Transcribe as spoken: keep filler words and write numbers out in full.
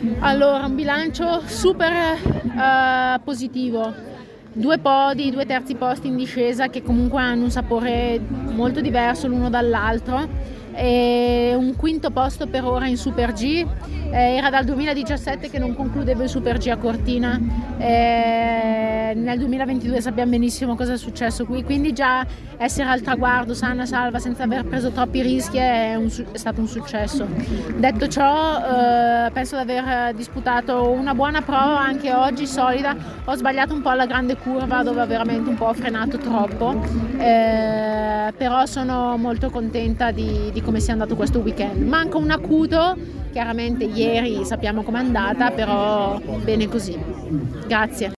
Allora, un bilancio super eh, positivo. Due podi, due terzi posti in discesa che comunque hanno un sapore molto diverso l'uno dall'altro, e un quinto posto per ora in Super G. Eh, era dal duemiladiciassette che non concludevo il Super G a Cortina, eh, nel duemilaventidue sappiamo benissimo cosa è successo qui, quindi già essere al traguardo sana salva senza aver preso troppi rischi è, un, è stato un successo. Detto ciò, eh, penso di aver disputato una buona prova anche oggi, solida. Ho sbagliato un po' alla grande curva dove veramente un po' ho frenato troppo, eh, però sono molto contenta di, di come sia andato questo weekend. Manca un acuto, chiaramente ieri sappiamo com'è andata, però bene così. Grazie.